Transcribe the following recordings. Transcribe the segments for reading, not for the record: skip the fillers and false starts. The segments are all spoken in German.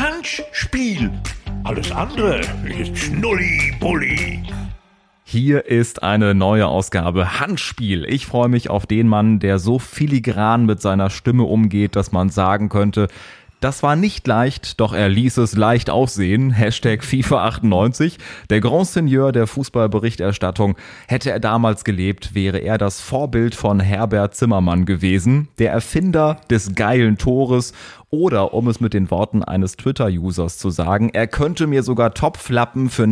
Handspiel. Alles andere ist Schnulli-Bulli. Hier ist eine neue Ausgabe Handspiel. Ich freue mich auf den Mann, der so filigran mit seiner Stimme umgeht, dass man sagen könnte, das war nicht leicht, doch er ließ es leicht aussehen. Hashtag FIFA98. Der Grand Seigneur der Fußballberichterstattung. Hätte er damals gelebt, wäre er das Vorbild von Herbert Zimmermann gewesen. Der Erfinder des geilen Tores. Oder, um es mit den Worten eines Twitter-Users zu sagen, er könnte mir sogar Topflappen für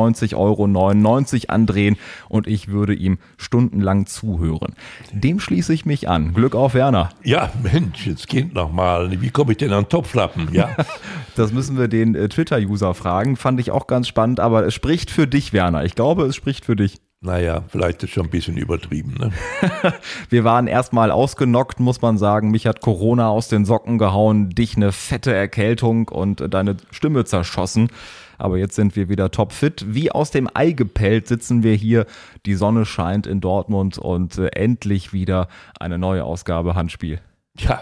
99,99 € andrehen und ich würde ihm stundenlang zuhören. Dem schließe ich mich an. Glück auf, Werner. Ja, Mensch, jetzt Kind nochmal. Wie komme ich denn an Topflappen? Ja. Das müssen wir den Twitter-User fragen. Fand ich auch ganz spannend, aber es spricht für dich, Werner. Ich glaube, es spricht für dich. Naja, vielleicht ist schon ein bisschen übertrieben, ne? Wir waren erstmal ausgenockt, muss man sagen. Mich hat Corona aus den Socken gehauen, dich eine fette Erkältung und deine Stimme zerschossen. Aber jetzt sind wir wieder topfit. Wie aus dem Ei gepellt sitzen wir hier. Die Sonne scheint in Dortmund und endlich wieder eine neue Ausgabe Handspiel. Ja,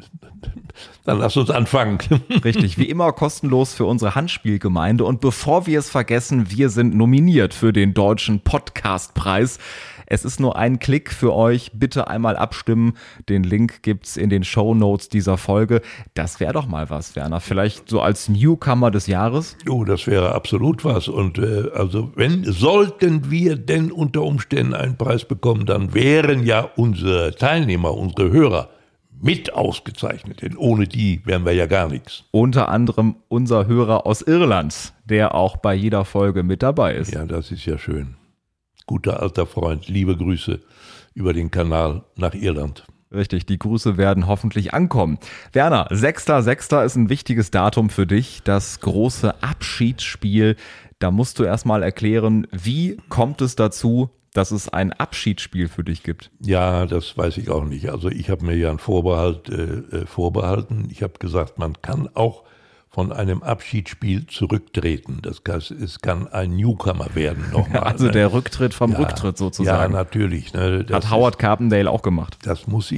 dann lass uns anfangen. Richtig, wie immer kostenlos für unsere Handspielgemeinde. Und bevor wir es vergessen, wir sind nominiert für den Deutschen Podcastpreis. Es ist nur ein Klick für euch. Bitte einmal abstimmen. Den Link gibt's in den Shownotes dieser Folge. Das wäre doch mal was, Werner. Vielleicht so als Newcomer des Jahres? Oh, das wäre absolut was. Und also sollten wir denn unter Umständen einen Preis bekommen, dann wären ja unsere Teilnehmer, unsere Hörer mit ausgezeichnet, denn ohne die wären wir ja gar nichts. Unter anderem unser Hörer aus Irland, der auch bei jeder Folge mit dabei ist. Ja, das ist ja schön. Guter alter Freund, liebe Grüße über den Kanal nach Irland. Richtig, die Grüße werden hoffentlich ankommen. Werner, 6.6. ist ein wichtiges Datum für dich, das große Abschiedsspiel. Da musst du erstmal erklären, wie kommt es dazu, dass es ein Abschiedsspiel für dich gibt? Ja, das weiß ich auch nicht. Also ich habe mir ja einen Vorbehalt vorbehalten. Ich habe gesagt, man kann auch von einem Abschiedsspiel zurücktreten. Das heißt, es kann ein Newcomer werden nochmal. Also der Rücktritt vom Rücktritt sozusagen. Ja, natürlich. Ne, hat Howard Carpendale auch gemacht. Das musste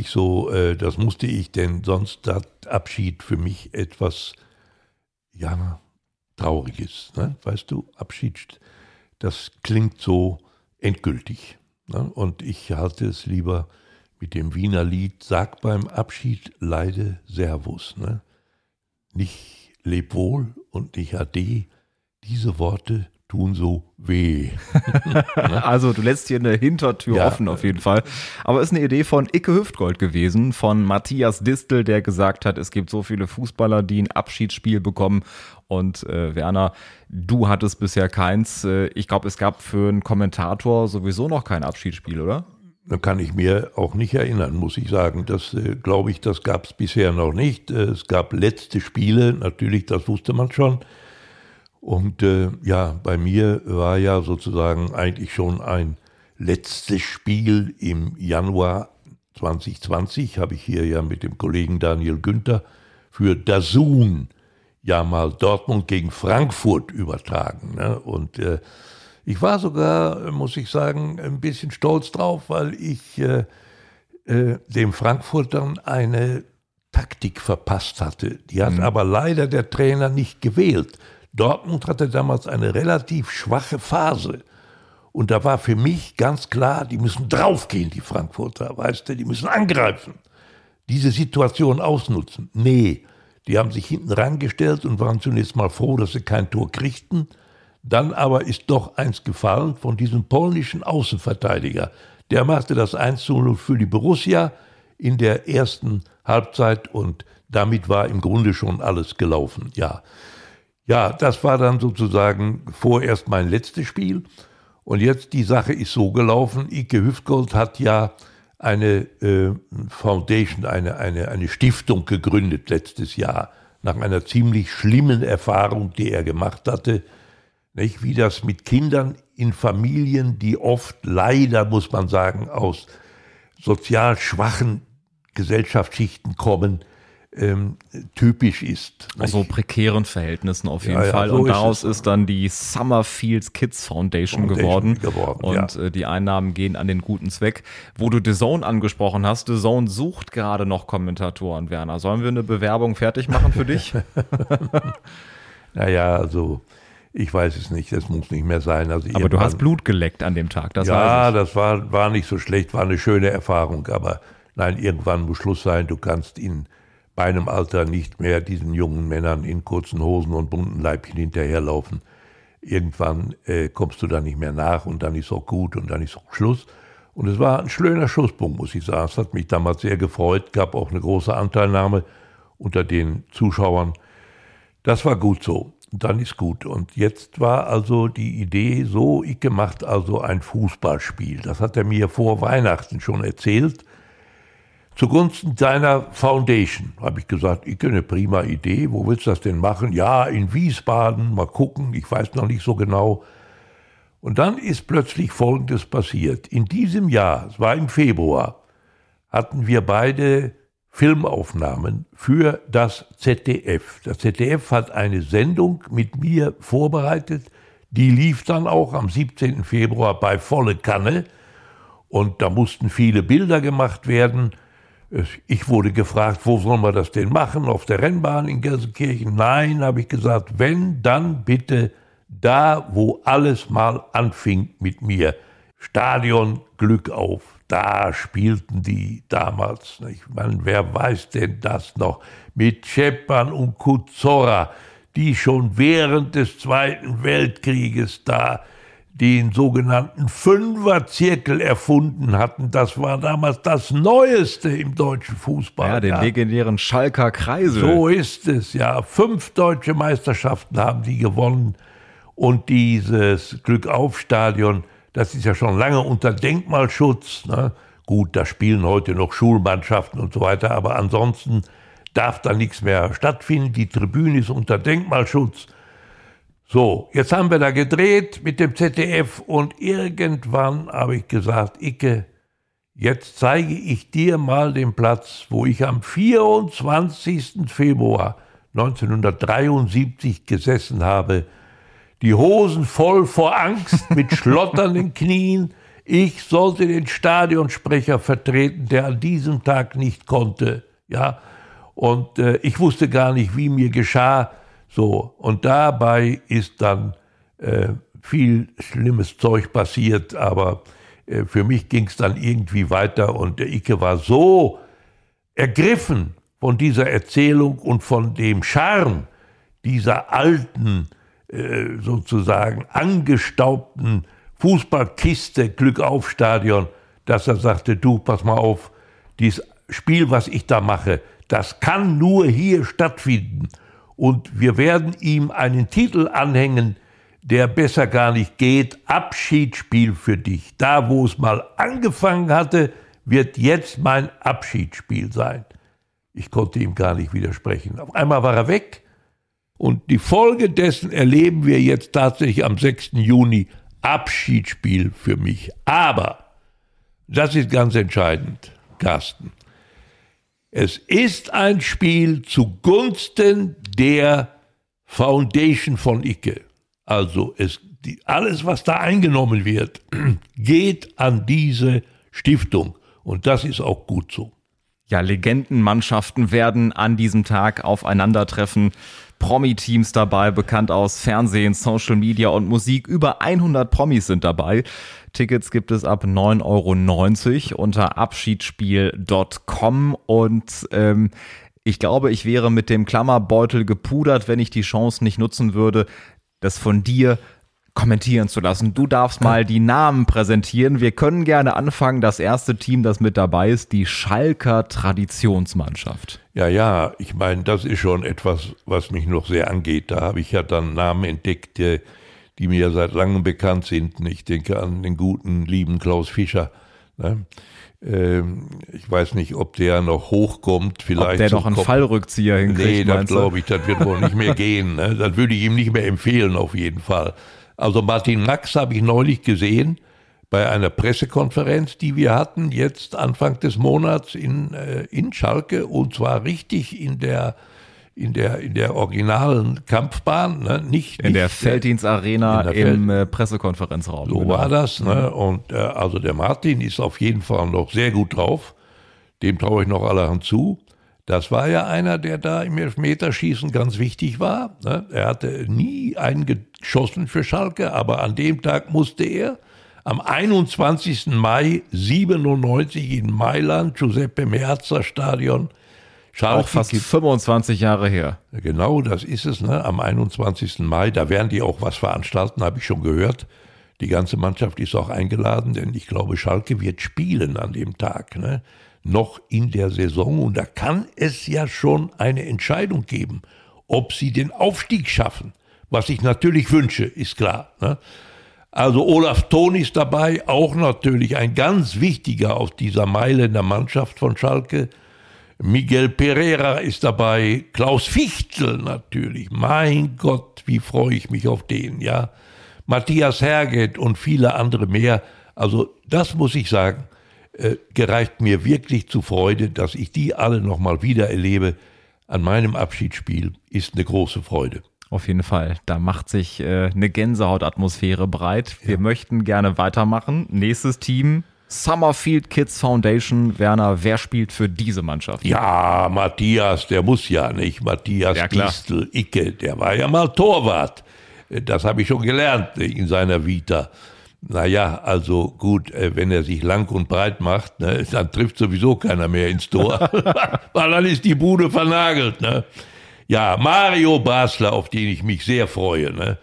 ich, denn sonst hat Abschied für mich etwas, ja, Trauriges. Ne? Weißt du, Abschied, das klingt so endgültig. Ne? Und ich halte es lieber mit dem Wiener Lied, sag beim Abschied leide Servus. Ne? Nicht leb wohl und nicht ade. Diese Worte tun so weh. Also du lässt hier eine Hintertür offen auf jeden Fall. Aber ist eine Idee von Icke Hüftgold gewesen, von Matthias Distel, der gesagt hat, es gibt so viele Fußballer, die ein Abschiedsspiel bekommen. Und Werner, du hattest bisher keins. Ich glaube, es gab für einen Kommentator sowieso noch kein Abschiedsspiel, oder? Da kann ich mir auch nicht erinnern, muss ich sagen. Das glaube ich, das gab es bisher noch nicht. Es gab letzte Spiele, natürlich, das wusste man schon. Und ja, bei mir war ja sozusagen eigentlich schon ein letztes Spiel im Januar 2020, habe ich hier ja mit dem Kollegen Daniel Günther für DAZN ja mal Dortmund gegen Frankfurt übertragen. Ne? Und ich war sogar, muss ich sagen, ein bisschen stolz drauf, weil ich dem Frankfurtern eine Taktik verpasst hatte. Die hat aber leider der Trainer nicht gewählt. Dortmund hatte damals eine relativ schwache Phase. Und da war für mich ganz klar, die müssen draufgehen, die Frankfurter, weißt du, die müssen angreifen. Diese Situation ausnutzen. Nee, die haben sich hinten rangestellt und waren zunächst mal froh, dass sie kein Tor kriegten. Dann aber ist doch eins gefallen von diesem polnischen Außenverteidiger. Der machte das 1:0 für die Borussia in der ersten Halbzeit und damit war im Grunde schon alles gelaufen. Ja, das war dann sozusagen vorerst mein letztes Spiel. Und jetzt die Sache ist so gelaufen, Icke Hüftgold hat ja eine Foundation, eine Stiftung gegründet letztes Jahr, nach einer ziemlich schlimmen Erfahrung, die er gemacht hatte, nicht, wie das mit Kindern in Familien, die oft leider, muss man sagen, aus sozial schwachen Gesellschaftsschichten kommen, typisch ist. Aus so prekären Verhältnissen auf jeden Ja, Fall. so und ist daraus es. ist dann die Summerfields Kids Foundation geworden. Und ja. Die Einnahmen gehen an den guten Zweck. Wo du The Zone angesprochen hast, The Zone sucht gerade noch Kommentatoren, Werner. Sollen wir eine Bewerbung fertig machen für dich? Naja, also ich weiß es nicht, das muss nicht mehr sein. Also aber du hast Blut geleckt an dem Tag, das ja, weiß ich. das war nicht so schlecht, war eine schöne Erfahrung, aber nein, irgendwann muss Schluss sein. Du kannst in meinem Alter nicht mehr diesen jungen Männern in kurzen Hosen und bunten Leibchen hinterherlaufen. Irgendwann kommst du da nicht mehr nach und dann ist auch gut und dann ist auch Schluss. Und es war ein schöner Schlusspunkt, muss ich sagen. Es hat mich damals sehr gefreut, gab auch eine große Anteilnahme unter den Zuschauern. Das war gut so. Und dann ist gut. Und jetzt war also die Idee so, Icke macht also ein Fußballspiel. Das hat er mir vor Weihnachten schon erzählt. Zugunsten seiner Foundation habe ich gesagt, Icke, eine prima Idee. Wo willst du das denn machen? Ja, in Wiesbaden, mal gucken. Ich weiß noch nicht so genau. Und dann ist plötzlich Folgendes passiert. In diesem Jahr, es war im Februar, hatten wir beide Filmaufnahmen für das ZDF. Das ZDF hat eine Sendung mit mir vorbereitet, die lief dann auch am 17. Februar bei Volle Kanne und da mussten viele Bilder gemacht werden. Ich wurde gefragt, wo sollen wir das denn machen, auf der Rennbahn in Gelsenkirchen? Nein, habe ich gesagt, wenn, dann bitte da, wo alles mal anfing mit mir. Stadion Glück auf. Da spielten die damals. Ich meine, wer weiß denn das noch? Mit Scheppern und Kuzorra, die schon während des Zweiten Weltkrieges da den sogenannten Fünferzirkel erfunden hatten. Das war damals das Neueste im deutschen Fußball. Ja, den legendären Schalker Kreisel. So ist es, ja. 5 deutsche Meisterschaften haben die gewonnen. Und dieses Glückauf-Stadion, das ist ja schon lange unter Denkmalschutz. Ne? Gut, da spielen heute noch Schulmannschaften und so weiter, aber ansonsten darf da nichts mehr stattfinden. Die Tribüne ist unter Denkmalschutz. So, jetzt haben wir da gedreht mit dem ZDF und irgendwann habe ich gesagt, Icke, jetzt zeige ich dir mal den Platz, wo ich am 24. Februar 1973 gesessen habe, die Hosen voll vor Angst, mit schlotternden Knien. Ich sollte den Stadionsprecher vertreten, der an diesem Tag nicht konnte. Ja, und ich wusste gar nicht, wie mir geschah. So, und dabei ist dann viel schlimmes Zeug passiert, aber für mich ging es dann irgendwie weiter und der Icke war so ergriffen von dieser Erzählung und von dem Charme dieser alten, sozusagen angestaubten Fußballkiste Glückauf-Stadion, dass er sagte, du, pass mal auf, dieses Spiel, was ich da mache, das kann nur hier stattfinden. Und wir werden ihm einen Titel anhängen, der besser gar nicht geht. Abschiedsspiel für dich. Da, wo es mal angefangen hatte, wird jetzt mein Abschiedsspiel sein. Ich konnte ihm gar nicht widersprechen. Auf einmal war er weg. Und die Folge dessen erleben wir jetzt tatsächlich am 6. Juni. Abschiedsspiel für mich. Aber, das ist ganz entscheidend, Carsten. Es ist ein Spiel zugunsten der Foundation von Icke. Also alles, was da eingenommen wird, geht an diese Stiftung. Und das ist auch gut so. Ja, Legendenmannschaften werden an diesem Tag aufeinandertreffen. Promi-Teams dabei, bekannt aus Fernsehen, Social Media und Musik. Über 100 Promis sind dabei. Tickets gibt es ab 9,90 € unter abschiedsspiel.com und ich glaube, ich wäre mit dem Klammerbeutel gepudert, wenn ich die Chance nicht nutzen würde, das von dir kommentieren zu lassen. Du darfst mal die Namen präsentieren. Wir können gerne anfangen. Das erste Team, das mit dabei ist, die Schalker Traditionsmannschaft. Ja, ich meine, das ist schon etwas, was mich noch sehr angeht. Da habe ich ja dann Namen entdeckt, die mir seit langem bekannt sind. Ich denke an den guten, lieben Klaus Fischer. Ne? Ich weiß nicht, ob der noch hochkommt. Vielleicht ob der noch einen Fallrückzieher hinkriegt, nee, das glaube ich, das wird wohl nicht mehr gehen. Ne? Das würde ich ihm nicht mehr empfehlen, auf jeden Fall. Also Martin Max habe ich neulich gesehen bei einer Pressekonferenz, die wir hatten, jetzt Anfang des Monats in Schalke, und zwar richtig in der originalen Kampfbahn, ne? Nicht in der Felddienst-Arena im Pressekonferenzraum. So war das, ne? Und also der Martin ist auf jeden Fall noch sehr gut drauf. Dem traue ich noch allerhand zu. Das war ja einer, der da im Elfmeterschießen ganz wichtig war, ne? Er hatte nie einen geschossen für Schalke, aber an dem Tag musste er am 21. Mai 97 in Mailand, Giuseppe Meazza Stadion, Schalke, auch fast 25 Jahre her. Genau, das ist es, ne? Am 21. Mai, da werden die auch was veranstalten, habe ich schon gehört. Die ganze Mannschaft ist auch eingeladen, denn ich glaube, Schalke wird spielen an dem Tag, ne? Noch in der Saison, und da kann es ja schon eine Entscheidung geben, ob sie den Aufstieg schaffen. Was ich natürlich wünsche, ist klar, ne? Also Olaf Thon ist dabei, auch natürlich ein ganz wichtiger aus dieser Mailänder Mannschaft von Schalke. Miguel Pereira ist dabei, Klaus Fichtel natürlich, mein Gott, wie freue ich mich auf den, ja. Matthias Herget und viele andere mehr. Also das muss ich sagen, gereicht mir wirklich zu Freude, dass ich die alle nochmal wieder erlebe. An meinem Abschiedsspiel ist eine große Freude. Auf jeden Fall, da macht sich eine Gänsehautatmosphäre breit. Wir möchten gerne weitermachen. Nächstes Team, Summerfield Kids Foundation. Werner, wer spielt für diese Mannschaft? Ja, Matthias, der muss ja nicht. Matthias Distel-Icke, der war ja mal Torwart. Das habe ich schon gelernt in seiner Vita. Naja, also gut, wenn er sich lang und breit macht, ne, dann trifft sowieso keiner mehr ins Tor, weil dann ist die Bude vernagelt, ne? Ja, Mario Basler, auf den ich mich sehr freue, ne?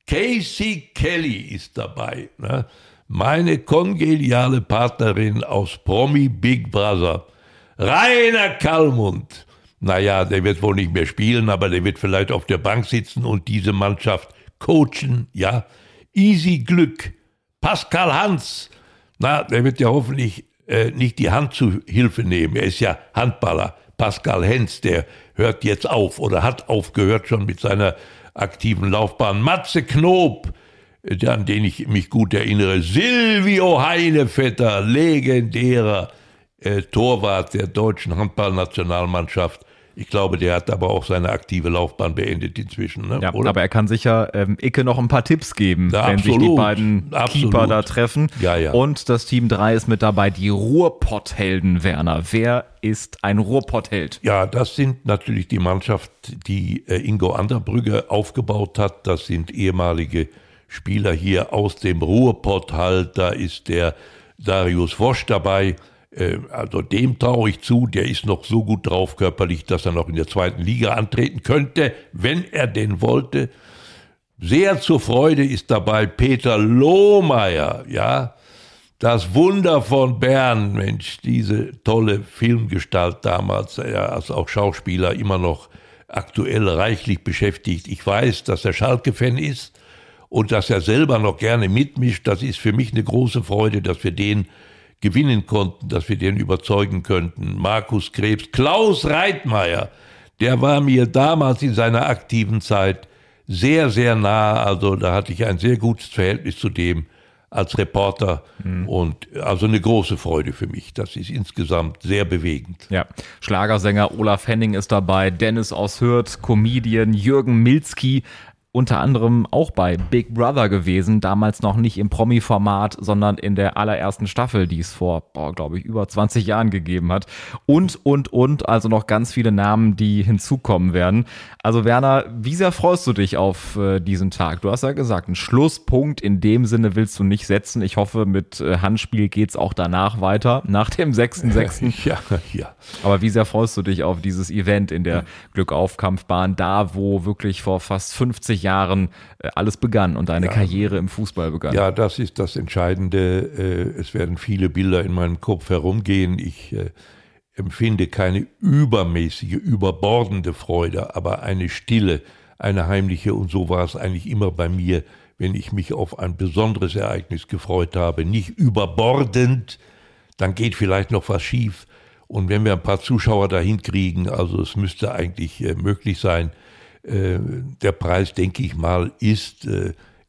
Casey Kelly ist dabei, ne? Meine kongeniale Partnerin aus Promi Big Brother, Rainer Kallmund. Naja, der wird wohl nicht mehr spielen, aber der wird vielleicht auf der Bank sitzen und diese Mannschaft coachen, ja. Easy Glück, Pascal Hans, na, der wird ja hoffentlich nicht die Hand zu Hilfe nehmen, er ist ja Handballer. Pascal Hens, der hört jetzt auf oder hat aufgehört schon mit seiner aktiven Laufbahn. Matze Knob, an den ich mich gut erinnere. Silvio Heinevetter, legendärer Torwart der deutschen Handballnationalmannschaft. Ich glaube, der hat aber auch seine aktive Laufbahn beendet inzwischen. Ne? Ja, aber er kann sicher Icke noch ein paar Tipps geben, ja, wenn sich die beiden Keeper da treffen. Ja, ja. Und das Team 3 ist mit dabei, die Ruhrpotthelden, Werner. Wer ist ein Ruhrpottheld? Ja, das sind natürlich die Mannschaft, die Ingo Anderbrügge aufgebaut hat. Das sind ehemalige Spieler hier aus dem Ruhrpott halt. Da ist der Darius Wosch dabei. Also dem traue ich zu, der ist noch so gut drauf körperlich, dass er noch in der zweiten Liga antreten könnte, wenn er denn wollte. Sehr zur Freude ist dabei Peter Lohmeier, ja, das Wunder von Bern, Mensch, diese tolle Filmgestalt damals, er ist auch Schauspieler, immer noch aktuell reichlich beschäftigt. Ich weiß, dass er Schalke-Fan ist und dass er selber noch gerne mitmischt. Das ist für mich eine große Freude, dass wir den gewinnen konnten, dass wir den überzeugen könnten. Markus Krebs, Klaus Reitmeier, der war mir damals in seiner aktiven Zeit sehr, sehr nah. Also da hatte ich ein sehr gutes Verhältnis zu dem als Reporter und also eine große Freude für mich. Das ist insgesamt sehr bewegend. Ja, Schlagersänger Olaf Henning ist dabei, Dennis aus Hürth, Comedian Jürgen Milzki, unter anderem auch bei Big Brother gewesen, damals noch nicht im Promi-Format, sondern in der allerersten Staffel, die es vor, glaube ich, über 20 Jahren gegeben hat. Und, also noch ganz viele Namen, die hinzukommen werden. Also Werner, wie sehr freust du dich auf diesen Tag? Du hast ja gesagt, einen Schlusspunkt in dem Sinne willst du nicht setzen. Ich hoffe, mit Handspiel geht's auch danach weiter, nach dem 6.6. Ja. Aber wie sehr freust du dich auf dieses Event in der Glückauf-Kampfbahn, da wo wirklich vor fast 50 Jahren alles begann und deine Karriere im Fußball begann? Ja, das ist das Entscheidende. Es werden viele Bilder in meinem Kopf herumgehen. Ich empfinde keine übermäßige, überbordende Freude, aber eine stille, eine heimliche, und so war es eigentlich immer bei mir, wenn ich mich auf ein besonderes Ereignis gefreut habe. Nicht überbordend, dann geht vielleicht noch was schief. Und wenn wir ein paar Zuschauer dahin kriegen, also es müsste eigentlich möglich sein. Der Preis, denke ich mal, ist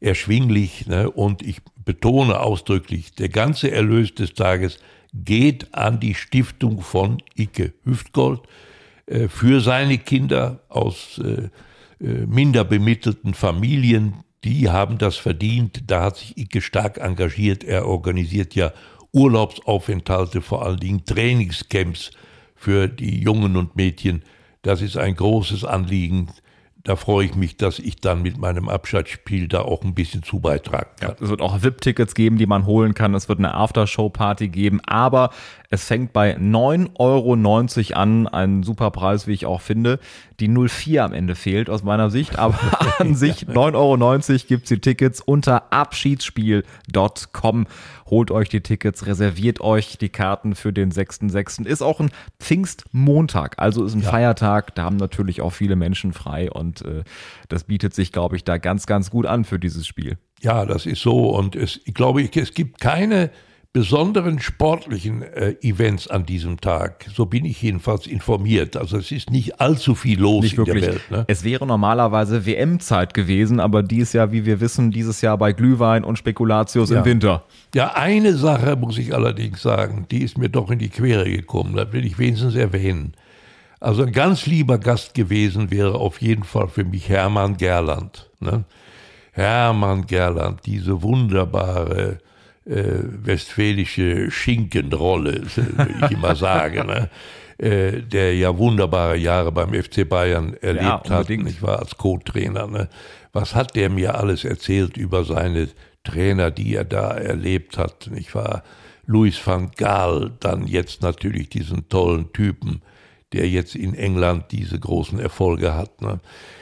erschwinglich, ne? Und ich betone ausdrücklich, der ganze Erlös des Tages geht an die Stiftung von Icke Hüftgold für seine Kinder aus minder bemittelten Familien. Die haben das verdient. Da hat sich Icke stark engagiert. Er organisiert ja Urlaubsaufenthalte, vor allen Dingen Trainingscamps für die Jungen und Mädchen. Das ist ein großes Anliegen. Da freue ich mich, dass ich dann mit meinem Abschiedsspiel da auch ein bisschen zu beitragen kann. Ja, es wird auch VIP-Tickets geben, die man holen kann. Es wird eine Aftershow-Party geben, aber es fängt bei 9,90 € an. Ein super Preis, wie ich auch finde. Die 04 am Ende fehlt aus meiner Sicht, aber an sich 9,90 € gibt's die Tickets unter abschiedsspiel.com. Holt euch die Tickets, reserviert euch die Karten für den 6.6. Ist auch ein Pfingstmontag, also ist ein Feiertag. Da haben natürlich auch viele Menschen frei und das bietet sich, glaube ich, da ganz, ganz gut an für dieses Spiel. Ja, das ist so und ich glaube, es gibt keine besonderen sportlichen Events an diesem Tag. So bin ich jedenfalls informiert. Also es ist nicht allzu viel los nicht in wirklich. Der Welt. Ne? Es wäre normalerweise WM-Zeit gewesen, aber die ist ja, wie wir wissen, dieses Jahr bei Glühwein und Spekulatius im Winter. Ja, eine Sache muss ich allerdings sagen, die ist mir doch in die Quere gekommen. Das will ich wenigstens erwähnen. Also ein ganz lieber Gast gewesen wäre auf jeden Fall für mich Hermann Gerland. Ne? Hermann Gerland, diese wunderbare westfälische Schinkenrolle, will ich immer sagen, ne? Der ja wunderbare Jahre beim FC Bayern erlebt hat. Ich war als Co-Trainer. Ne? Was hat der mir alles erzählt über seine Trainer, die er da erlebt hat? Ich war Louis van Gaal, dann jetzt natürlich diesen tollen Typen, der jetzt in England diese großen Erfolge hat. Ne?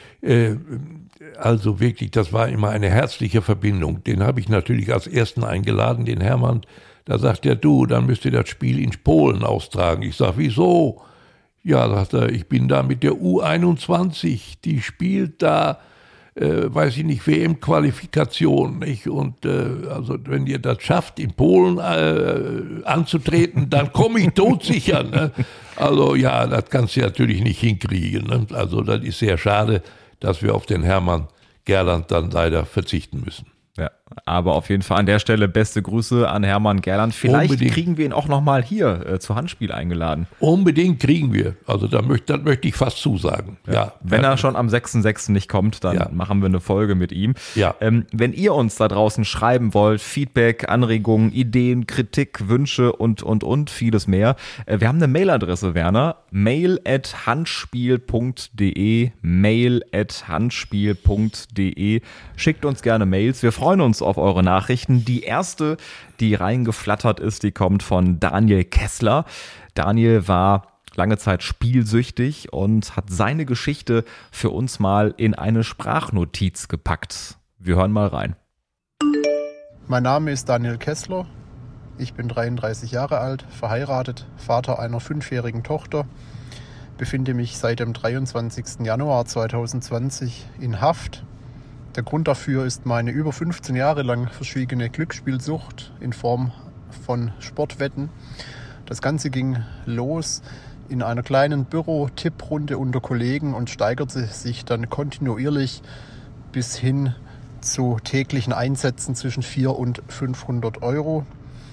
Also wirklich, das war immer eine herzliche Verbindung. Den habe ich natürlich als Ersten eingeladen, den Hermann. Da sagt er, du, dann müsst ihr das Spiel in Polen austragen. Ich sage, wieso? Ja, sagt er, ich bin da mit der U21, die spielt da, weiß ich nicht, WM-Qualifikation. Nicht? Und also wenn ihr das schafft, in Polen anzutreten, dann komme ich todsicher. Ne? Also ja, das kannst du natürlich nicht hinkriegen. Ne? Also das ist sehr schade, dass wir auf den Hermann Gerland dann leider verzichten müssen. Ja, aber auf jeden Fall an der Stelle beste Grüße an Hermann Gerland. Vielleicht kriegen wir ihn auch nochmal hier zu Handspiel eingeladen. Unbedingt kriegen wir. Also das möchte ich fast zusagen. Ja. Wenn er schon am 6.6. nicht kommt, dann machen wir eine Folge mit ihm. Ja. Wenn ihr uns da draußen schreiben wollt, Feedback, Anregungen, Ideen, Kritik, Wünsche und vieles mehr. Wir haben eine Mailadresse, Werner. mail@handspiel.de Schickt uns gerne Mails. Wir freuen uns auf eure Nachrichten. Die erste, die reingeflattert ist, die kommt von Daniel Kessler. Daniel war lange Zeit spielsüchtig und hat seine Geschichte für uns mal in eine Sprachnotiz gepackt. Wir hören mal rein. Mein Name ist Daniel Kessler. Ich bin 33 Jahre alt, verheiratet, Vater einer 5-jährigen Tochter, befinde mich seit dem 23. Januar 2020 in Haft. Der Grund dafür ist meine über 15 Jahre lang verschwiegene Glücksspielsucht in Form von Sportwetten. Das Ganze ging los in einer kleinen Büro-Tipprunde unter Kollegen und steigerte sich dann kontinuierlich bis hin zu täglichen Einsätzen zwischen 400 und 500 €.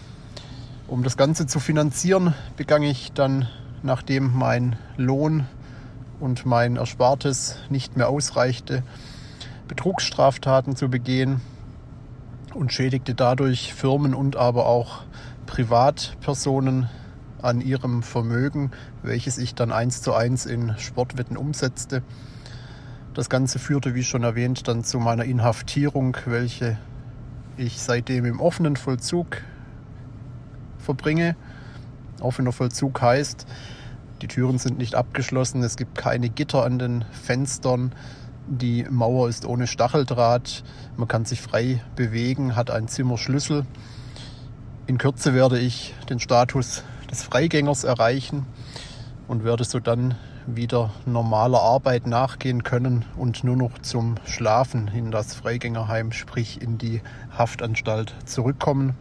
Um das Ganze zu finanzieren, begann ich dann, nachdem mein Lohn und mein Erspartes nicht mehr ausreichte, Betrugsstraftaten zu begehen und schädigte dadurch Firmen und aber auch Privatpersonen an ihrem Vermögen, welches ich dann 1:1 in Sportwetten umsetzte. Das Ganze führte, wie schon erwähnt, dann zu meiner Inhaftierung, welche ich seitdem im offenen Vollzug verbringe. Offener Vollzug heißt, die Türen sind nicht abgeschlossen, es gibt keine Gitter an den Fenstern, die Mauer ist ohne Stacheldraht, man kann sich frei bewegen, hat einen Zimmerschlüssel. In Kürze werde ich den Status des Freigängers erreichen und werde so dann wieder normaler Arbeit nachgehen können und nur noch zum Schlafen in das Freigängerheim, sprich in die Haftanstalt zurückkommen.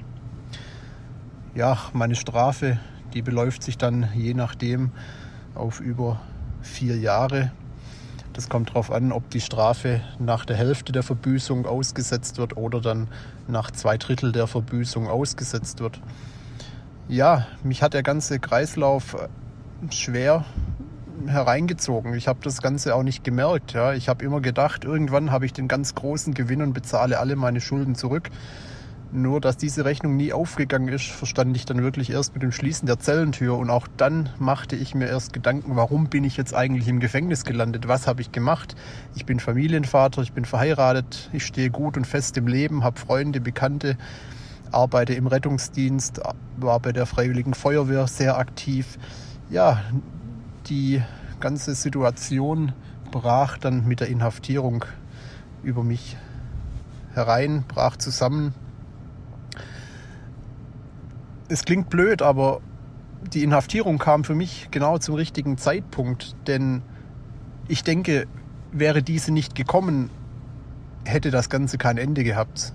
Ja, meine Strafe, die beläuft sich dann je nachdem auf über 4 Jahre. Das kommt darauf an, ob die Strafe nach der Hälfte der Verbüßung ausgesetzt wird oder dann nach 2/3 der Verbüßung ausgesetzt wird. Ja, mich hat der ganze Kreislauf schwer hereingezogen. Ich habe das Ganze auch nicht gemerkt. Ja. Ich habe immer gedacht, irgendwann habe ich den ganz großen Gewinn und bezahle alle meine Schulden zurück. Nur, dass diese Rechnung nie aufgegangen ist, verstand ich dann wirklich erst mit dem Schließen der Zellentür. Und auch dann machte ich mir erst Gedanken, warum bin ich jetzt eigentlich im Gefängnis gelandet? Was habe ich gemacht? Ich bin Familienvater, ich bin verheiratet, ich stehe gut und fest im Leben, habe Freunde, Bekannte, arbeite im Rettungsdienst, war bei der Freiwilligen Feuerwehr sehr aktiv. Ja, die ganze Situation brach dann mit der Inhaftierung über mich herein, brach zusammen. Es klingt blöd, aber die Inhaftierung kam für mich genau zum richtigen Zeitpunkt, denn ich denke, wäre diese nicht gekommen, hätte das Ganze kein Ende gehabt.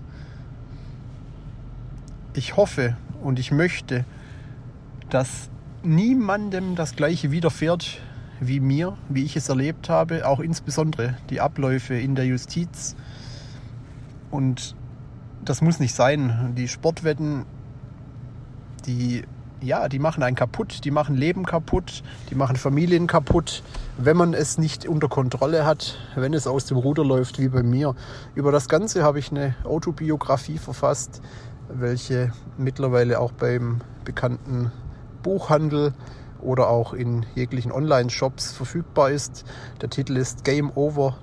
Ich hoffe und ich möchte, dass niemandem das Gleiche widerfährt wie mir, wie ich es erlebt habe, auch insbesondere die Abläufe in der Justiz. Und das muss nicht sein. Die Sportwetten, die machen einen kaputt, die machen Leben kaputt, die machen Familien kaputt, wenn man es nicht unter Kontrolle hat, wenn es aus dem Ruder läuft, wie bei mir. Über das Ganze habe ich eine Autobiografie verfasst, welche mittlerweile auch beim bekannten Buchhandel oder auch in jeglichen Online-Shops verfügbar ist. Der Titel ist Game Over,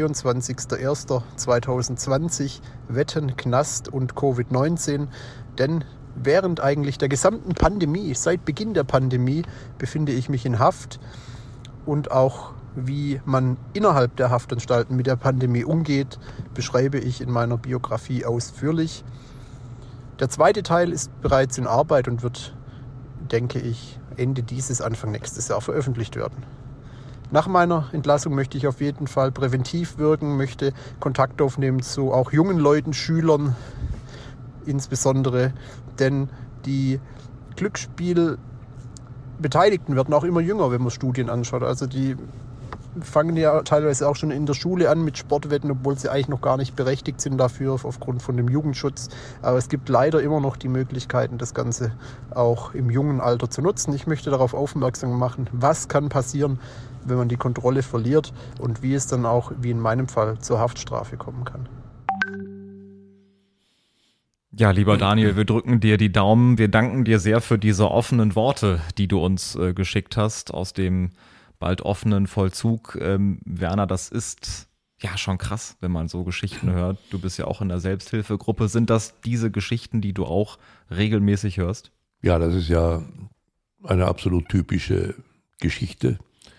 23.01.2020, Wetten, Knast und Covid-19. Denn während eigentlich der gesamten Pandemie, seit Beginn der Pandemie, befinde ich mich in Haft. Und auch wie man innerhalb der Haftanstalten mit der Pandemie umgeht, beschreibe ich in meiner Biografie ausführlich. Der zweite Teil ist bereits in Arbeit und wird, denke ich, Ende dieses, Anfang nächstes Jahr veröffentlicht werden. Nach meiner Entlassung möchte ich auf jeden Fall präventiv wirken, möchte Kontakt aufnehmen zu auch jungen Leuten, Schülern insbesondere, denn die Glücksspielbeteiligten werden auch immer jünger, wenn man Studien anschaut. Also die fangen ja teilweise auch schon in der Schule an mit Sportwetten, obwohl sie eigentlich noch gar nicht berechtigt sind dafür, aufgrund von dem Jugendschutz. Aber es gibt leider immer noch die Möglichkeiten, das Ganze auch im jungen Alter zu nutzen. Ich möchte darauf aufmerksam machen, was kann passieren, wenn man die Kontrolle verliert und wie es dann auch, wie in meinem Fall, zur Haftstrafe kommen kann. Ja, lieber Daniel, wir drücken dir die Daumen. Wir danken dir sehr für diese offenen Worte, die du uns geschickt hast aus dem bald offenen Vollzug. Werner, das ist ja schon krass, wenn man so Geschichten hört. Du bist ja auch in der Selbsthilfegruppe. Sind das diese Geschichten, die du auch regelmäßig hörst? Ja, das ist ja eine absolut typische Geschichte.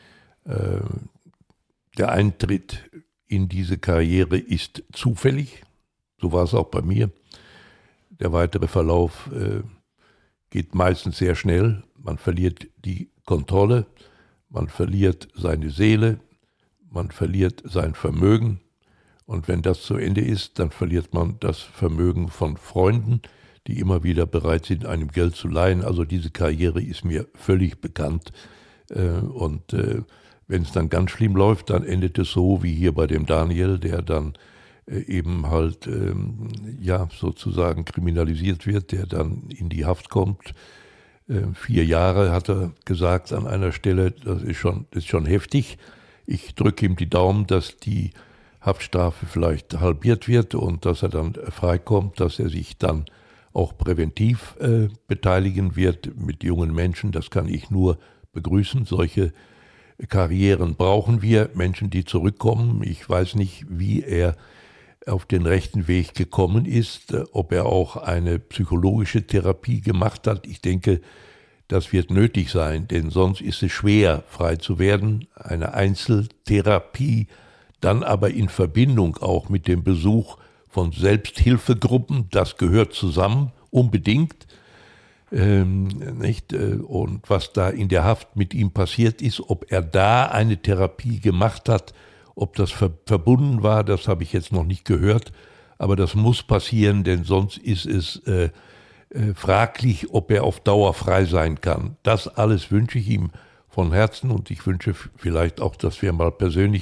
Der Eintritt in diese Karriere ist zufällig. So war es auch bei mir. Der weitere Verlauf geht meistens sehr schnell. Man verliert die Kontrolle. Man verliert seine Seele, man verliert sein Vermögen und wenn das zu Ende ist, dann verliert man das Vermögen von Freunden, die immer wieder bereit sind, einem Geld zu leihen. Also diese Karriere ist mir völlig bekannt und wenn es dann ganz schlimm läuft, dann endet es so wie hier bei dem Daniel, der dann eben halt sozusagen kriminalisiert wird, der dann in die Haft kommt. 4 Jahre hat er gesagt an einer Stelle, das ist schon heftig. Ich drücke ihm die Daumen, dass die Haftstrafe vielleicht halbiert wird und dass er dann freikommt, dass er sich dann auch präventiv beteiligen wird mit jungen Menschen. Das kann ich nur begrüßen. Solche Karrieren brauchen wir, Menschen, die zurückkommen. Ich weiß nicht, wie er auf den rechten Weg gekommen ist, ob er auch eine psychologische Therapie gemacht hat. Ich denke, das wird nötig sein, denn sonst ist es schwer, frei zu werden. Eine Einzeltherapie, dann aber in Verbindung auch mit dem Besuch von Selbsthilfegruppen, das gehört zusammen, unbedingt. Nicht? Und was da in der Haft mit ihm passiert ist, ob er da eine Therapie gemacht hat, ob das verbunden war, das habe ich jetzt noch nicht gehört, aber das muss passieren, denn sonst ist es fraglich, ob er auf Dauer frei sein kann. Das alles wünsche ich ihm von Herzen und ich wünsche vielleicht auch, dass wir mal persönlich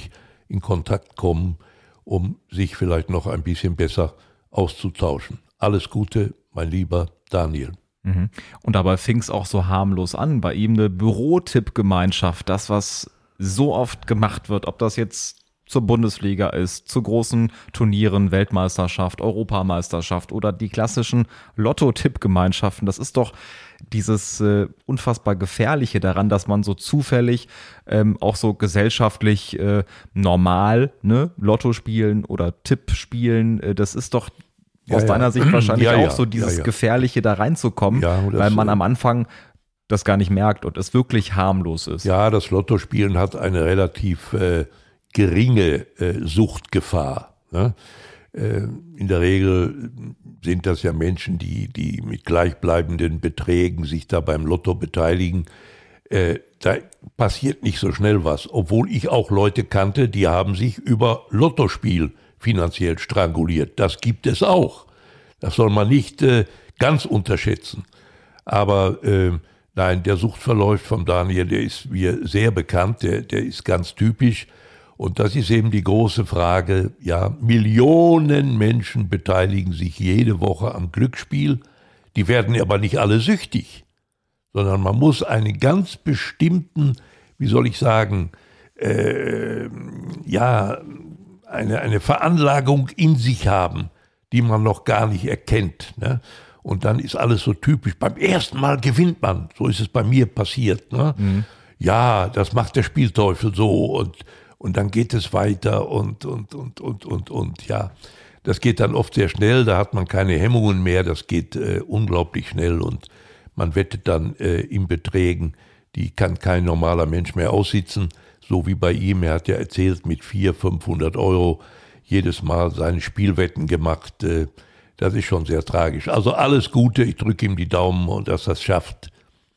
in Kontakt kommen, um sich vielleicht noch ein bisschen besser auszutauschen. Alles Gute, mein lieber Daniel. Und dabei fing es auch so harmlos an. Bei ihm eine Bürotippgemeinschaft, das, was so oft gemacht wird, ob das jetzt zur Bundesliga ist, zu großen Turnieren, Weltmeisterschaft, Europameisterschaft oder die klassischen Lotto-Tippgemeinschaften. Das ist doch dieses unfassbar Gefährliche daran, dass man so zufällig auch so gesellschaftlich normal Lotto spielen oder Tipp spielen, das ist doch aus deiner Sicht wahrscheinlich auch so dieses Gefährliche da reinzukommen, weil man am Anfang das gar nicht merkt und es wirklich harmlos ist. Ja, das Lottospielen hat eine relativ geringe Suchtgefahr. Ne? In der Regel sind das ja Menschen, die mit gleichbleibenden Beträgen sich da beim Lotto beteiligen. Da passiert nicht so schnell was, obwohl ich auch Leute kannte, die haben sich über Lottospiel finanziell stranguliert. Das gibt es auch. Das soll man nicht ganz unterschätzen. Aber nein, der Suchtverlauf von Daniel, der ist mir sehr bekannt, der ist ganz typisch. Und das ist eben die große Frage, ja, Millionen Menschen beteiligen sich jede Woche am Glücksspiel. Die werden aber nicht alle süchtig, sondern man muss einen ganz bestimmten, wie soll ich sagen, eine Veranlagung in sich haben, die man noch gar nicht erkennt. Ne? Und dann ist alles so typisch. Beim ersten Mal gewinnt man. So ist es bei mir passiert. Ne? Ja, das macht der Spielteufel so. Und dann geht es weiter und ja. Das geht dann oft sehr schnell. Da hat man keine Hemmungen mehr. Das geht unglaublich schnell. Und man wettet dann in Beträgen, die kann kein normaler Mensch mehr aussitzen. So wie bei ihm, er hat ja erzählt, mit 400-500 Euro jedes Mal seine Spielwetten gemacht. Das ist schon sehr tragisch. Also alles Gute, ich drücke ihm die Daumen und dass er es schafft,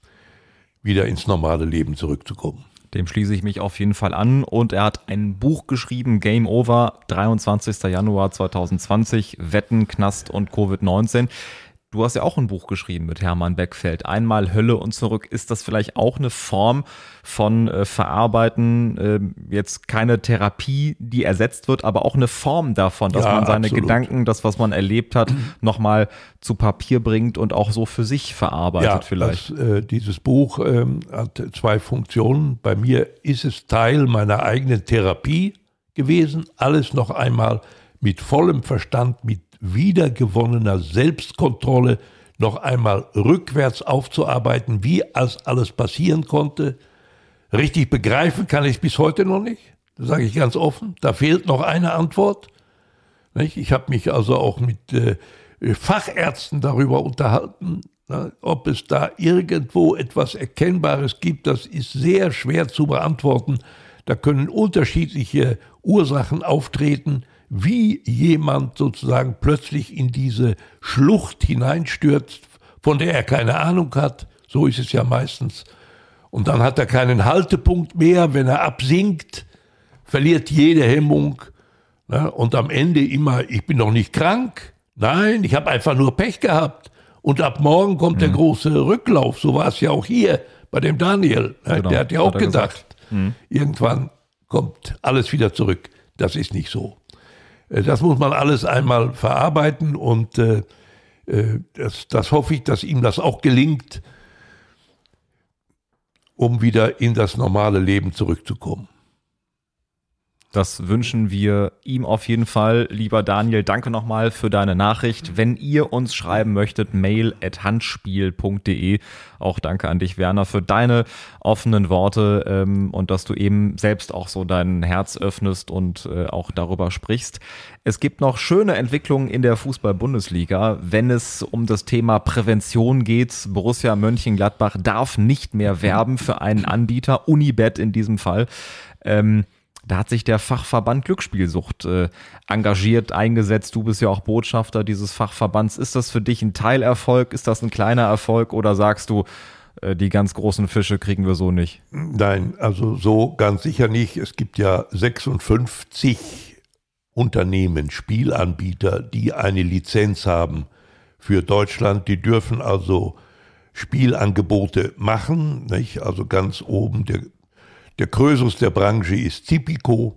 wieder ins normale Leben zurückzukommen. Dem schließe ich mich auf jeden Fall an. Und er hat ein Buch geschrieben, Game Over, 23. Januar 2020, Wetten, Knast und Covid-19. Du hast ja auch ein Buch geschrieben mit Hermann Beckfeld, Einmal Hölle und zurück. Ist das vielleicht auch eine Form von Verarbeiten, jetzt keine Therapie, die ersetzt wird, aber auch eine Form davon, dass man seine absolut. Gedanken, das, was man erlebt hat, nochmal zu Papier bringt und auch so für sich verarbeitet vielleicht? Dieses Buch hat zwei Funktionen. Bei mir ist es Teil meiner eigenen Therapie gewesen, alles noch einmal mit vollem Verstand, mit wiedergewonnener Selbstkontrolle noch einmal rückwärts aufzuarbeiten, wie alles passieren konnte. Richtig begreifen kann ich es bis heute noch nicht. Das sage ich ganz offen. Da fehlt noch eine Antwort. Ich habe mich also auch mit Fachärzten darüber unterhalten, ob es da irgendwo etwas Erkennbares gibt. Das ist sehr schwer zu beantworten. Da können unterschiedliche Ursachen auftreten, wie jemand sozusagen plötzlich in diese Schlucht hineinstürzt, von der er keine Ahnung hat. So ist es ja meistens. Und dann hat er keinen Haltepunkt mehr. Wenn er absinkt, verliert jede Hemmung. Und am Ende immer, ich bin doch nicht krank. Nein, ich habe einfach nur Pech gehabt. Und ab morgen kommt der große Rücklauf. So war es ja auch hier bei dem Daniel. Genau, der hat ja auch gedacht, irgendwann kommt alles wieder zurück. Das ist nicht so. Das muss man alles einmal verarbeiten und das hoffe ich, dass ihm das auch gelingt, um wieder in das normale Leben zurückzukommen. Das wünschen wir ihm auf jeden Fall. Lieber Daniel, danke nochmal für deine Nachricht. Wenn ihr uns schreiben möchtet, mail@handspiel.de. Auch danke an dich, Werner, für deine offenen Worte und dass du eben selbst auch so dein Herz öffnest und auch darüber sprichst. Es gibt noch schöne Entwicklungen in der Fußball-Bundesliga, wenn es um das Thema Prävention geht. Borussia Mönchengladbach darf nicht mehr werben für einen Anbieter, Unibet in diesem Fall. Da hat sich der Fachverband Glücksspielsucht engagiert, eingesetzt. Du bist ja auch Botschafter dieses Fachverbands. Ist das für dich ein Teilerfolg? Ist das ein kleiner Erfolg? Oder sagst du, die ganz großen Fische kriegen wir so nicht? Nein, also so ganz sicher nicht. Es gibt ja 56 Unternehmen, Spielanbieter, die eine Lizenz haben für Deutschland. Die dürfen also Spielangebote machen, nicht? Also ganz oben der Krösus der Branche ist Tipico,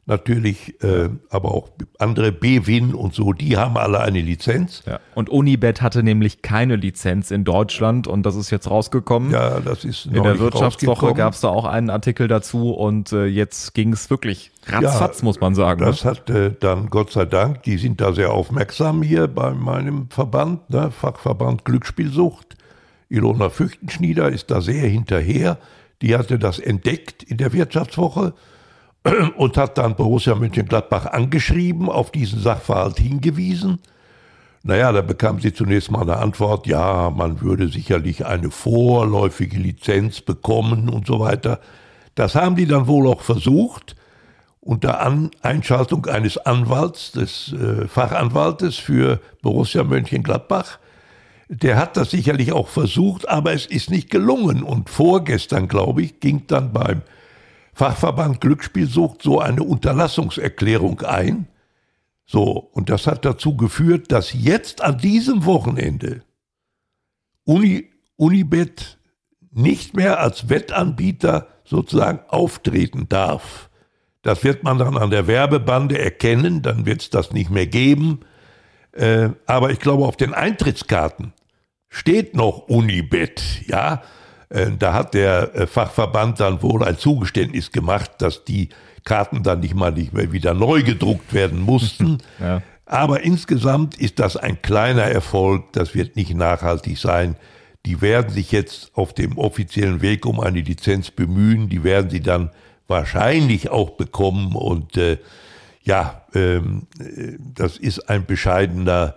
natürlich, aber auch andere BWin und so, die haben alle eine Lizenz. Ja. Und Unibet hatte nämlich keine Lizenz in Deutschland und das ist jetzt rausgekommen. Ja, das ist noch in der nicht Wirtschaftswoche gab es da auch einen Artikel dazu und jetzt ging es wirklich ratzfatz, muss man sagen. Das hat dann Gott sei Dank, die sind da sehr aufmerksam hier bei meinem Verband, ne, Fachverband Glücksspielsucht. Ilona Füchtenschnieder ist da sehr hinterher. Die hatte das entdeckt in der Wirtschaftswoche und hat dann Borussia Mönchengladbach angeschrieben, auf diesen Sachverhalt hingewiesen. Naja, da bekam sie zunächst mal eine Antwort, ja, man würde sicherlich eine vorläufige Lizenz bekommen und so weiter. Das haben die dann wohl auch versucht, unter Einschaltung eines Anwalts, des Fachanwaltes für Borussia Mönchengladbach. Der hat das sicherlich auch versucht, aber es ist nicht gelungen. Und vorgestern, glaube ich, ging dann beim Fachverband Glücksspielsucht so eine Unterlassungserklärung ein. So, und das hat dazu geführt, dass jetzt an diesem Wochenende Unibet nicht mehr als Wettanbieter sozusagen auftreten darf. Das wird man dann an der Werbebande erkennen, dann wird es das nicht mehr geben. Aber ich glaube, auf den Eintrittskarten steht noch Unibet, ja. Da hat der Fachverband dann wohl ein Zugeständnis gemacht, dass die Karten dann nicht mehr wieder neu gedruckt werden mussten. Ja. Aber insgesamt ist das ein kleiner Erfolg, das wird nicht nachhaltig sein. Die werden sich jetzt auf dem offiziellen Weg um eine Lizenz bemühen, die werden sie dann wahrscheinlich auch bekommen und das ist ein bescheidener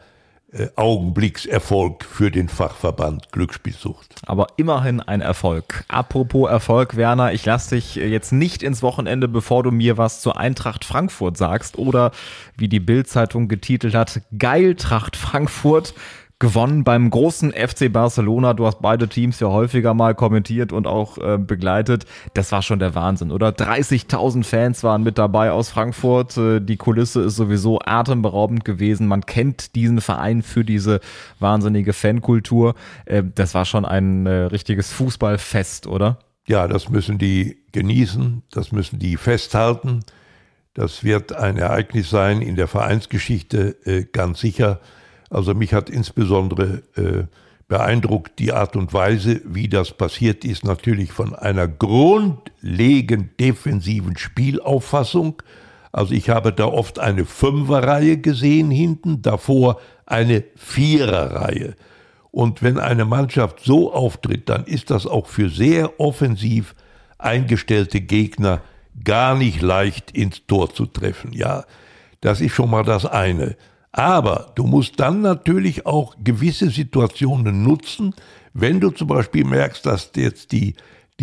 Augenblickserfolg für den Fachverband Glücksspielsucht. Aber immerhin ein Erfolg. Apropos Erfolg, Werner, ich lasse dich jetzt nicht ins Wochenende, bevor du mir was zur Eintracht Frankfurt sagst oder, wie die Bild-Zeitung getitelt hat, Geiltracht Frankfurt. Gewonnen beim großen FC Barcelona. Du hast beide Teams ja häufiger mal kommentiert und auch begleitet. Das war schon der Wahnsinn, oder? 30.000 Fans waren mit dabei aus Frankfurt. Die Kulisse ist sowieso atemberaubend gewesen. Man kennt diesen Verein für diese wahnsinnige Fankultur. Das war schon ein richtiges Fußballfest, oder? Ja, das müssen die genießen. Das müssen die festhalten. Das wird ein Ereignis sein in der Vereinsgeschichte, ganz sicher. Also mich hat insbesondere beeindruckt die Art und Weise, wie das passiert ist, natürlich von einer grundlegend defensiven Spielauffassung. Also ich habe da oft eine Fünferreihe gesehen hinten, davor eine Viererreihe. Und wenn eine Mannschaft so auftritt, dann ist das auch für sehr offensiv eingestellte Gegner gar nicht leicht ins Tor zu treffen. Ja, das ist schon mal das eine. Aber du musst dann natürlich auch gewisse Situationen nutzen, wenn du zum Beispiel merkst, dass jetzt die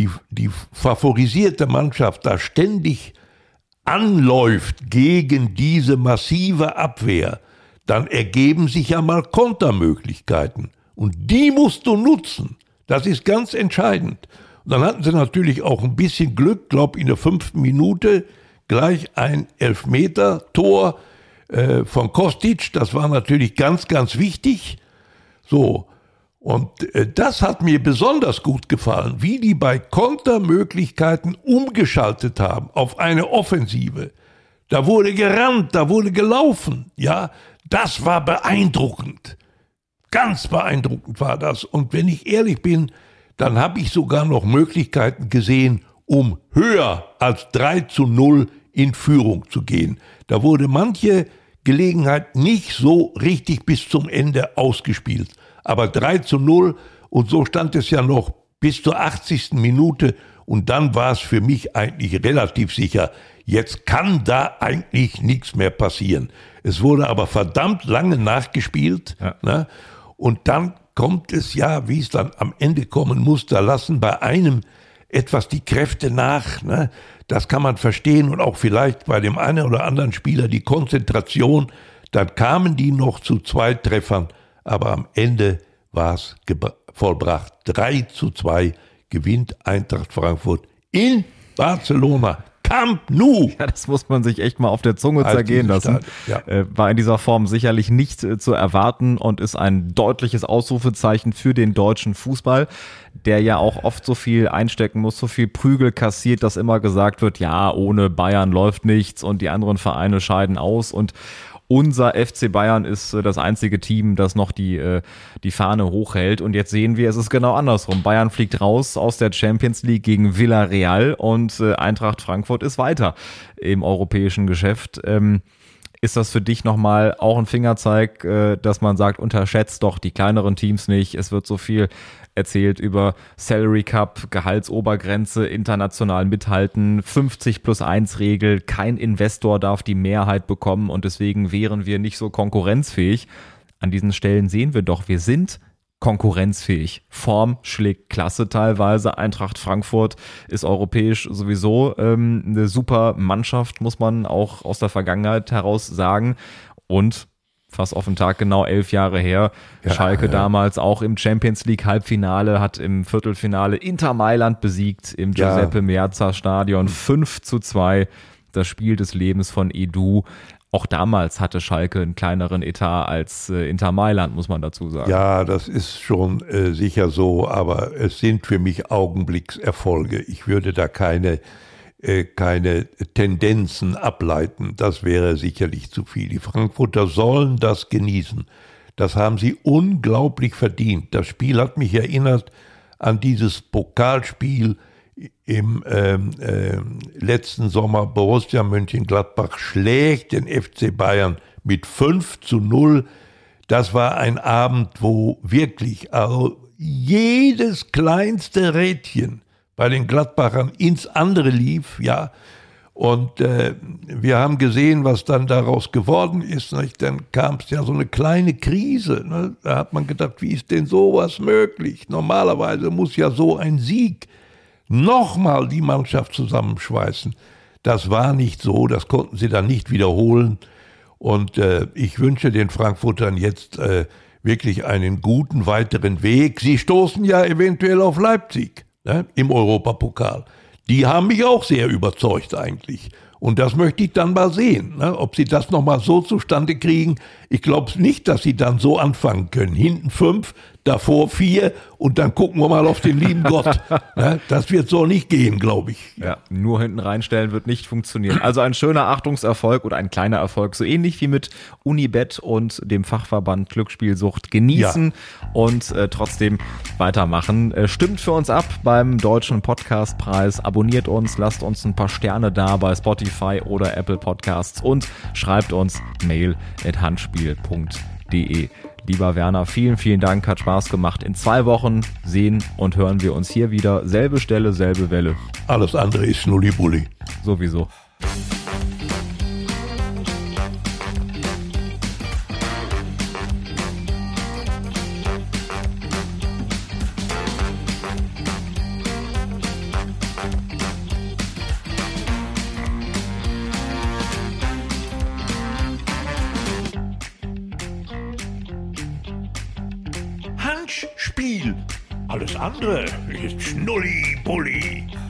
favorisierte Mannschaft da ständig anläuft gegen diese massive Abwehr, dann ergeben sich ja mal Kontermöglichkeiten. Und die musst du nutzen. Das ist ganz entscheidend. Und dann hatten sie natürlich auch ein bisschen Glück, glaube in der 5. Minute gleich ein Elfmeter-Tor von Kostic, das war natürlich ganz, ganz wichtig. So, und das hat mir besonders gut gefallen, wie die bei Kontermöglichkeiten umgeschaltet haben auf eine Offensive. Da wurde gerannt, da wurde gelaufen, ja, das war beeindruckend. Ganz beeindruckend war das. Und wenn ich ehrlich bin, dann habe ich sogar noch Möglichkeiten gesehen, um höher als 3:0 in Führung zu gehen. Da wurde manche Gelegenheit nicht so richtig bis zum Ende ausgespielt. Aber 3:0 und so stand es ja noch bis zur 80. Minute und dann war es für mich eigentlich relativ sicher, jetzt kann da eigentlich nichts mehr passieren. Es wurde aber verdammt lange nachgespielt, ja. Ne? Und dann kommt es ja, wie es dann am Ende kommen muss, da lassen bei einem etwas die Kräfte nach, ne? Das kann man verstehen und auch vielleicht bei dem einen oder anderen Spieler die Konzentration. Dann kamen die noch zu 2 Treffern, aber am Ende war es vollbracht. 3:2 gewinnt Eintracht Frankfurt in Barcelona. Camp Nou. Ja, das muss man sich echt mal auf der Zunge zergehen lassen. War in dieser Form sicherlich nicht zu erwarten und ist ein deutliches Ausrufezeichen für den deutschen Fußball, der ja auch oft so viel einstecken muss, so viel Prügel kassiert, dass immer gesagt wird, ja, ohne Bayern läuft nichts und die anderen Vereine scheiden aus und unser FC Bayern ist das einzige Team, das noch die Fahne hochhält. Und jetzt sehen wir, es ist genau andersrum. Bayern fliegt raus aus der Champions League gegen Villarreal und Eintracht Frankfurt ist weiter im europäischen Geschäft. Ist das für dich nochmal auch ein Fingerzeig, dass man sagt, unterschätzt doch die kleineren Teams nicht. Es wird so viel erzählt über Salary Cup, Gehaltsobergrenze, international mithalten, 50+1-Regel, kein Investor darf die Mehrheit bekommen und deswegen wären wir nicht so konkurrenzfähig. An diesen Stellen sehen wir doch, wir sind konkurrenzfähig. Form schlägt Klasse teilweise. Eintracht Frankfurt ist europäisch sowieso eine super Mannschaft, muss man auch aus der Vergangenheit heraus sagen. Und fast auf den Tag genau 11 Jahre her. Ja, Schalke damals auch im Champions League Halbfinale, hat im Viertelfinale Inter Mailand besiegt im Giuseppe Meazza Stadion 5:2. Das Spiel des Lebens von Edu. Auch damals hatte Schalke einen kleineren Etat als Inter Mailand, muss man dazu sagen. Ja, das ist schon sicher so, aber es sind für mich Augenblickserfolge. Ich würde da keine Tendenzen ableiten. Das wäre sicherlich zu viel. Die Frankfurter sollen das genießen. Das haben sie unglaublich verdient. Das Spiel hat mich erinnert an dieses Pokalspiel im letzten Sommer. Borussia Mönchengladbach schlägt den FC Bayern mit 5:0. Das war ein Abend, wo wirklich jedes kleinste Rädchen bei den Gladbachern ins andere lief, ja. Und wir haben gesehen, was dann daraus geworden ist. Nicht? Dann kam es ja so eine kleine Krise. Ne? Da hat man gedacht, wie ist denn sowas möglich? Normalerweise muss ja so ein Sieg nochmal die Mannschaft zusammenschweißen. Das war nicht so, das konnten sie dann nicht wiederholen. Und ich wünsche den Frankfurtern jetzt wirklich einen guten weiteren Weg. Sie stoßen ja eventuell auf Leipzig. Im Europapokal. Die haben mich auch sehr überzeugt eigentlich. Und das möchte ich dann mal sehen, ob sie das nochmal so zustande kriegen. Ich glaube nicht, dass sie dann so anfangen können. Hinten 5, davor 4 und dann gucken wir mal auf den lieben Gott. Das wird so nicht gehen, glaube ich. Ja, nur hinten reinstellen wird nicht funktionieren. Also ein schöner Achtungserfolg oder ein kleiner Erfolg, so ähnlich wie mit Unibet und dem Fachverband Glücksspielsucht genießen und trotzdem weitermachen. Stimmt für uns ab beim Deutschen Podcastpreis. Abonniert uns, lasst uns ein paar Sterne da bei Spotify oder Apple Podcasts und schreibt uns mail@handspiel.de. Lieber Werner, vielen, vielen Dank, hat Spaß gemacht. In 2 Wochen sehen und hören wir uns hier wieder. Selbe Stelle, selbe Welle. Alles andere ist Schnulli-Bulli. Sowieso. Spiel. Alles andere ist Schnulli-Bulli.